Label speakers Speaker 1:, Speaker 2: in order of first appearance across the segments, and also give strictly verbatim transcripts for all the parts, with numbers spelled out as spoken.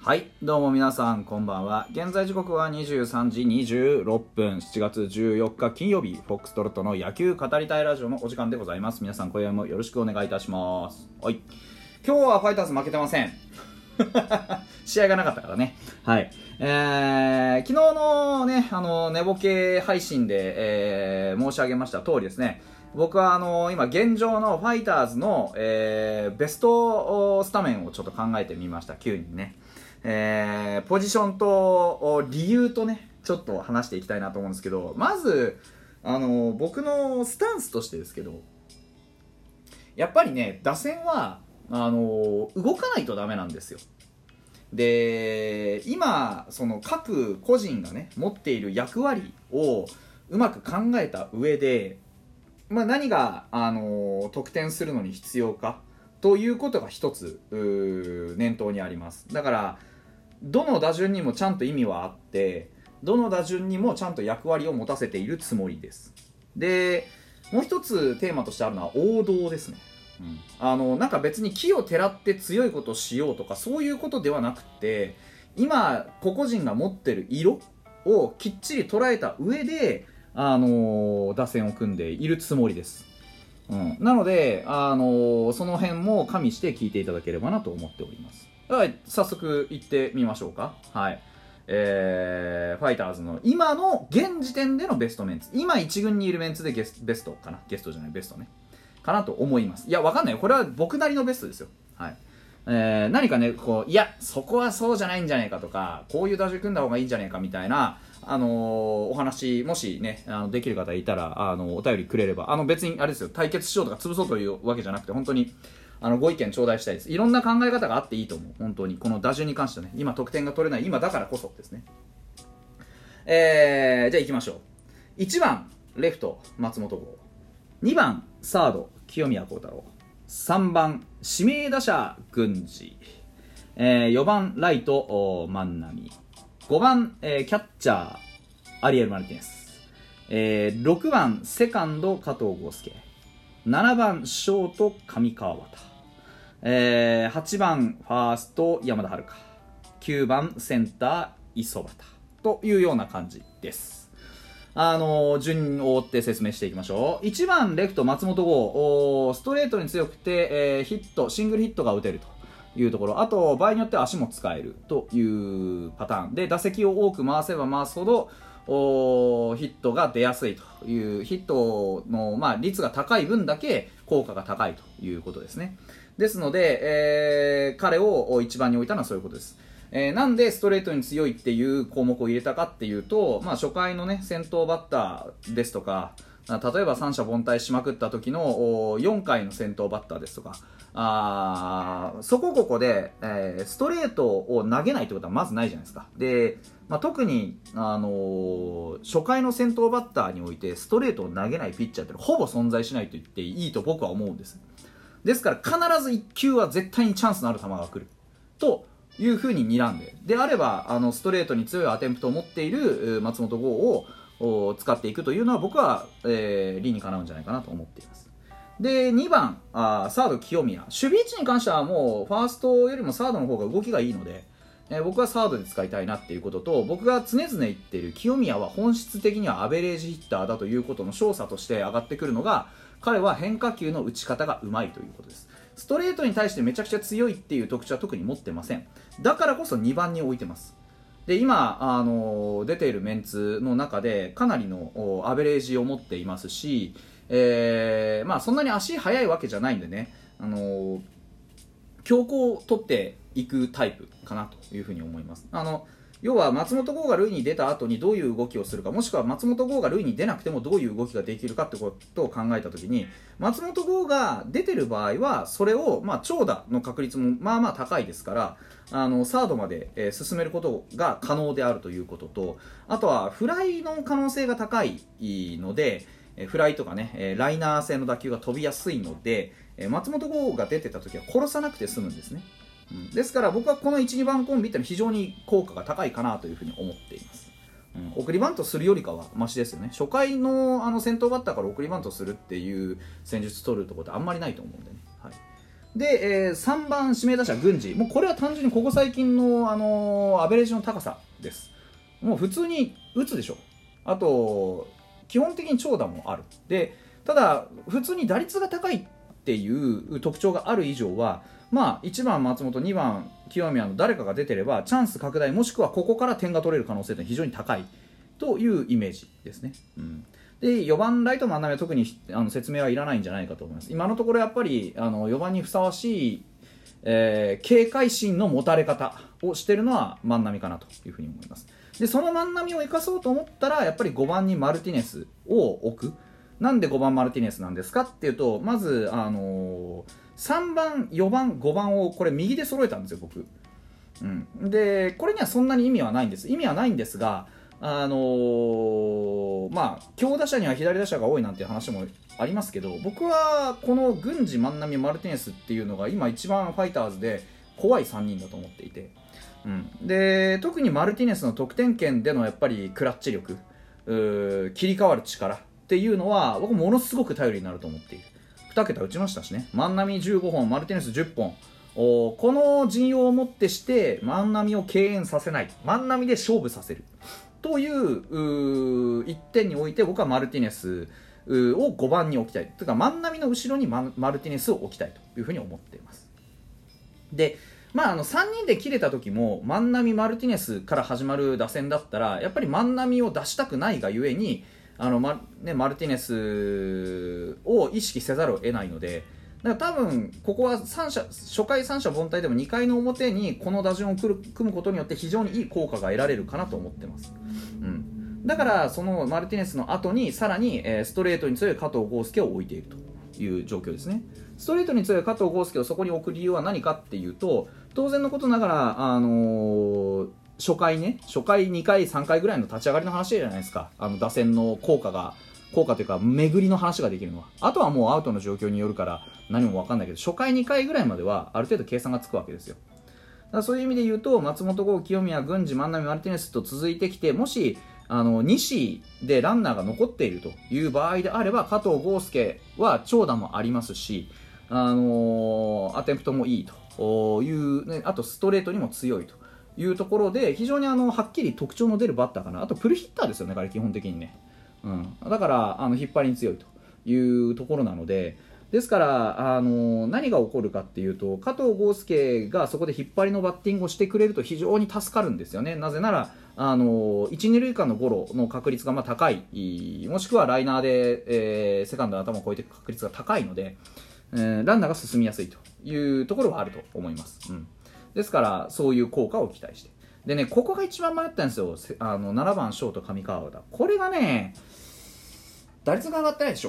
Speaker 1: はい、どうも皆さんこんばんは。現在時刻はにじゅうさんじにじゅうろっぷん、しちがつじゅうよっか金曜日、フォックストロットの野球語りたいラジオのお時間でございます。皆さん今夜もよろしくお願いいたします。はい、今日はファイターズ負けてません。試合がなかったからね。はい。えー、昨日のね、あの、寝ぼけ配信で、えー、申し上げました通りですね。僕はあの今現状のファイターズの、えー、ベストスタメンをちょっと考えてみました。きゅうにんね。えー、ポジションと理由とねちょっと話していきたいなと思うんですけど、まずあの僕のスタンスとしてですけど、やっぱりね打線はあの動かないとダメなんですよ。で今その各個人がね持っている役割をうまく考えた上で、まあ、何があの得点するのに必要かということが一つ念頭にあります。だからどの打順にもちゃんと意味はあって、どの打順にもちゃんと役割を持たせているつもりです。でもう一つテーマとしてあるのは王道ですね。うん、あのなんか別に奇をてらって強いことをしようとかそういうことではなくて、今個々人が持ってる色をきっちり捉えた上で、あの打線を組んでいるつもりです。うん、なので、あのその辺も加味して聞いていただければなと思っております。はい、早速行ってみましょうか。はい、えー、ファイターズの今の現時点でのベストメンツ、今一軍にいるメンツでゲスベストかな、ゲストじゃないベストねかなと思います。いやわかんないよ、これは僕なりのベストですよ。はい、えー、何かねこういやそこはそうじゃないんじゃないかとか、こういう打順組んだ方がいいんじゃないかみたいな、あのー、お話もしねあのできる方いたら、あのお便りくれれば、あの別にあれですよ、対決しようとか潰そうというわけじゃなくて、本当にあのご意見頂戴したいです。いろんな考え方があっていいと思う。本当にこの打順に関してはね、今得点が取れない今だからこそですね。えー、じゃあ行きましょう。いちばんレフト松本剛、にばんサード清宮幸太郎、さんばん指名打者郡司、えー、よばんライト万波、ごばん、えー、キャッチャーアリエル・マルティネス、えー、ろくばんセカンド加藤豪介、ななばんショート上川端、えー、はちばんファースト山田遥香、きゅうばんセンター磯端というような感じです。あのー、順を追って説明していきましょう。いちばんレフト松本剛、ストレートに強くて、えー、ヒットシングルヒットが打てるというところ、あと場合によっては足も使えるというパターンで、打席を多く回せば回すほどヒットが出やすいという、ヒットの、まあ、率が高い分だけ効果が高いということですね。ですので、えー、彼をいちばんに置いたのはそういうことです。えー、なんでストレートに強いっていう項目を入れたかっていうと、まあ、初回のね先頭バッターですとか、例えば三者凡退しまくった時のよんかいの先頭バッターですとか、あそこここで、えー、ストレートを投げないってことはまずないじゃないですか。で、まあ、特に、あのー、初回の先頭バッターにおいてストレートを投げないピッチャーってほぼ存在しないと言っていいと僕は思うんです。ですから必ずいっきゅうは絶対にチャンスのある球が来るというふうに睨んで、であればあのストレートに強いアテンプトを持っている松本剛を使っていくというのは僕は、えー、理にかなうんじゃないかなと思っています。でにばんあサード清宮、守備位置に関してはもうファーストよりもサードの方が動きがいいので、えー、僕はサードで使いたいなっていうことと、僕が常々言っている清宮は本質的にはアベレージヒッターだということの証左として上がってくるのが、彼は変化球の打ち方がうまいということです。ストレートに対してめちゃくちゃ強いっていう特徴は特に持ってません。だからこそにばんに置いてます。で今、あの出ているメンツの中でかなりのアベレージを持っていますし、えーまあ、そんなに足速いわけじゃないんでね、あの強行を取っていくタイプかなというふうに思います。あの要は松本剛が塁に出た後にどういう動きをするか、もしくは松本剛が塁に出なくてもどういう動きができるかってことを考えたときに、松本剛が出てる場合はそれを、まあ、長打の確率もまあまあ高いですから、あのサードまで、えー、進めることが可能であるということと、あとはフライの可能性が高いので、フライとかねライナー性の打球が飛びやすいので、松本剛が出てた時は殺さなくて済むんですね。うん、ですから僕はこのいち、にばんコンビってのは非常に効果が高いかなというふうに思っています。うん、送りバントするよりかはマシですよね。初回 の, あの先頭バッターから送りバントするっていう戦術取るところってあんまりないと思うんでね。はい、 で、えー、さんばん指名打者郡司、もうこれは単純にここ最近の、あのー、アベレージの高さです。もう普通に打つでしょ。あと基本的に長打もある。でただ普通に打率が高いっていう特徴がある以上は、まあいちばん松本、にばん清宮の誰かが出てればチャンス拡大、もしくはここから点が取れる可能性というのは非常に高いというイメージですね。うん、でよばんライト万波は特にあの説明はいらないんじゃないかと思います。今のところやっぱりあのよばんにふさわしい、えー、警戒心の持たれ方をしているのは万波かなというふうに思います。でその万波を生かそうと思ったらやっぱりごばんにマルティネスを置く。なんでごばんマルティネスなんですかっていうと、まず、あのー、さんばん、よばん、ごばんをこれ右で揃えたんですよ僕、うん、でこれにはそんなに意味はないんです意味はないんですが、あのー、まあ強打者には左打者が多いなんていう話もありますけど、僕はこの郡司、万波、マルティネスっていうのが今一番ファイターズで怖いさんにんだと思っていて、うん、で特にマルティネスの得点圏でのやっぱりクラッチ力、切り替わる力っていうのは僕ものすごく頼りになると思っている。にけた打ちましたしね。万波じゅうごほん、マルティネスじゅっぽん、おこの陣容をもってして万波を敬遠させない、万波で勝負させるといういってんにおいて、僕はマルティネスをごばんに置きたいというか、万波の後ろにマルティネスを置きたいというふうに思っています。でまあ、あのさんにんで切れた時も万波、マルティネスから始まる打線だったらやっぱり万波を出したくないがゆえにあの、まね、マルティネスを意識せざるを得ないので、だから多分ここは三者初回三者凡退でもにかいの表にこの打順を組むことによって非常にいい効果が得られるかなと思ってます。うん、だからそのマルティネスの後にさらに、えー、ストレートに強い加藤豪介を置いているという状況ですね。ストレートに強い加藤豪介をそこに置く理由は何かっていうと、当然のことながら、あのー初回ね、初回にかいさんかいぐらいの立ち上がりの話じゃないですか。あの打線の効果が効果というか巡りの話ができるのは、あとはもうアウトの状況によるから何も分かんないけど、初回にかいぐらいまではある程度計算がつくわけですよ。だからそういう意味で言うと松本剛、清宮、郡司、万波、マルティネスと続いてきて、もしあの西でランナーが残っているという場合であれば、加藤豪介は長打もありますし、あのー、アテンプトもいいという、ね、あとストレートにも強いというところで非常にあのはっきり特徴の出るバッターかな。あとプルヒッターですよね、彼基本的にね、うん、だからあの引っ張りに強いというところなので、ですからあの何が起こるかっていうと、加藤豪介がそこで引っ張りのバッティングをしてくれると非常に助かるんですよね。なぜならあのいち、に塁間のゴロの確率がまあ高い、もしくはライナーで、えー、セカンドの頭を越えていく確率が高いので、えー、ランナーが進みやすいというところはあると思います。うん、ですからそういう効果を期待して、でね、ここが一番迷ったんですよ。あのななばんショート上川端、これがね打率が上がってないでしょ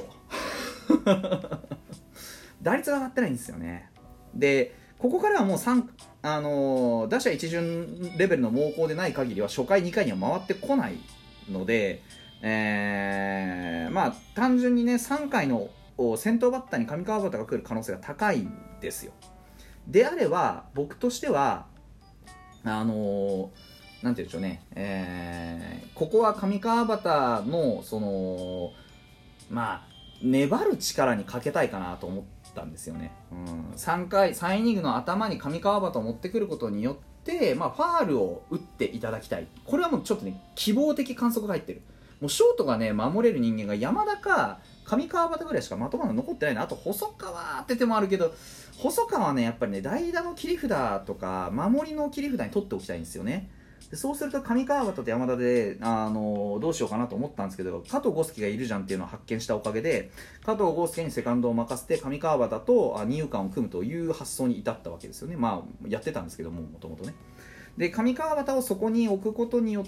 Speaker 1: 打率が上がってないんですよね。でここからはもうさんあのー、打者一巡レベルの猛攻でない限りは初回にかいには回ってこないので、えー、まあ単純にねさんかいの先頭バッターに上川端が来る可能性が高いんですよ。であれば僕としてはあのー、なんていうんでしょうね、えー、ここは上川端のそのまあ粘る力にかけたいかなと思ったんですよね。うん、さんかいさんイニングの頭に上川端を持ってくることによって、まあ、ファールを打っていただきたい。これはもうちょっとね希望的観測が入ってる。もうショートがね守れる人間が山田か上川端ぐらいしかまとまるの残ってないな。あと細川って手もあるけど、細川はねやっぱりね代打の切り札とか守りの切り札に取っておきたいんですよね。でそうすると上川端と山田であのどうしようかなと思ったんですけど、加藤豪介がいるじゃんっていうのを発見したおかげで加藤豪介にセカンドを任せて上川端と二遊間を組むという発想に至ったわけですよね。まあやってたんですけども、もともとね。で上川端をそこに置くことによって、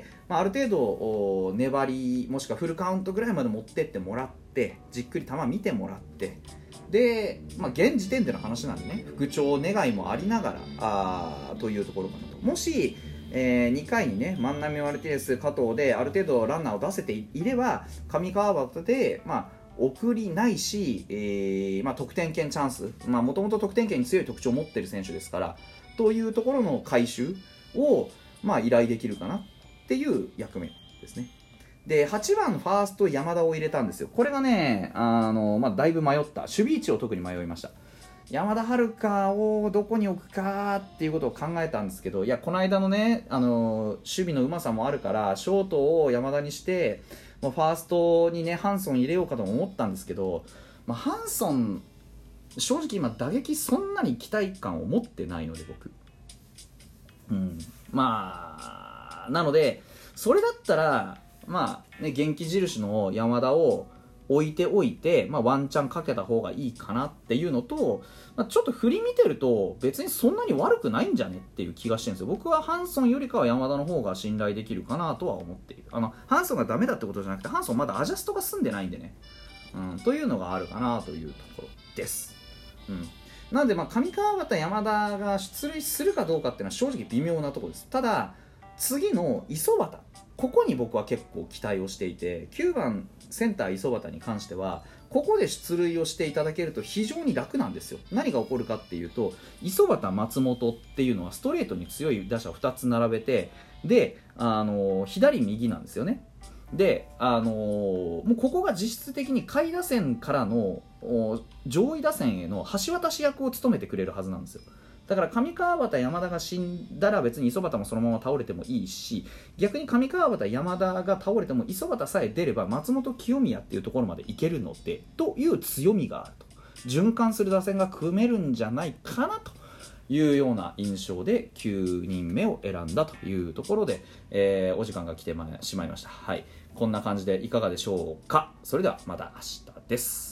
Speaker 1: まあ、ある程度粘りもしくはフルカウントぐらいまで持ってってもらって、じっくり球見てもらって、で、まあ、現時点での話なんでね復調願いもありながらあというところかなと。もしえー、にかいにね万波、マルティネス、加藤である程度ランナーを出せていれば上川端で、まあ、送りないし、えーまあ、得点圏チャンス、もともと得点圏に強い特徴を持っている選手ですからというところの回収を、まあ、依頼できるかなっていう役目ですね。ではちばんファースト山田を入れたんですよ。これがねあの、まあ、だいぶ迷った。守備位置を特に迷いました。 山田遥をどこに置くかっていうことを考えたんですけど、いやこの間のね、あの守備のうまさもあるからショートを山田にして、まあ、ファーストにねハンソン入れようかとも思ったんですけど、まあ、ハンソン正直今打撃そんなに期待感を持ってないので僕、うん、まあなのでそれだったらまあね元気印の山田を置いておいて、まあ、ワンチャンかけた方がいいかなっていうのと、まあ、ちょっと振り見てると別にそんなに悪くないんじゃねっていう気がしてるんですよ。僕はハンソンよりかは山田の方が信頼できるかなとは思っている。あのハンソンがダメだってことじゃなくて、ハンソンまだアジャストが済んでないんでね、うん、というのがあるかなというところです。うん、なのでまあ上川端山田が出塁するかどうかっていうのは正直微妙なところです。ただ次の磯端、ここに僕は結構期待をしていて、きゅうばんセンター磯端に関してはここで出塁をしていただけると非常に楽なんですよ。何が起こるかっていうと、磯端松本っていうのはストレートに強い打者をふたつ並べて、で、あのー、左右なんですよね。で、あのー、もうここが実質的に下位打線からの上位打線への橋渡し役を務めてくれるはずなんですよ。だから上川端山田が死んだら別に磯端もそのまま倒れてもいいし、逆に上川端山田が倒れても磯端さえ出れば松本清宮っていうところまでいけるのでという強みがあると、循環する打線が組めるんじゃないかなというような印象できゅうにんめを選んだというところで、えー、お時間が来てしまいました。はい、こんな感じでいかがでしょうか。それではまた明日です。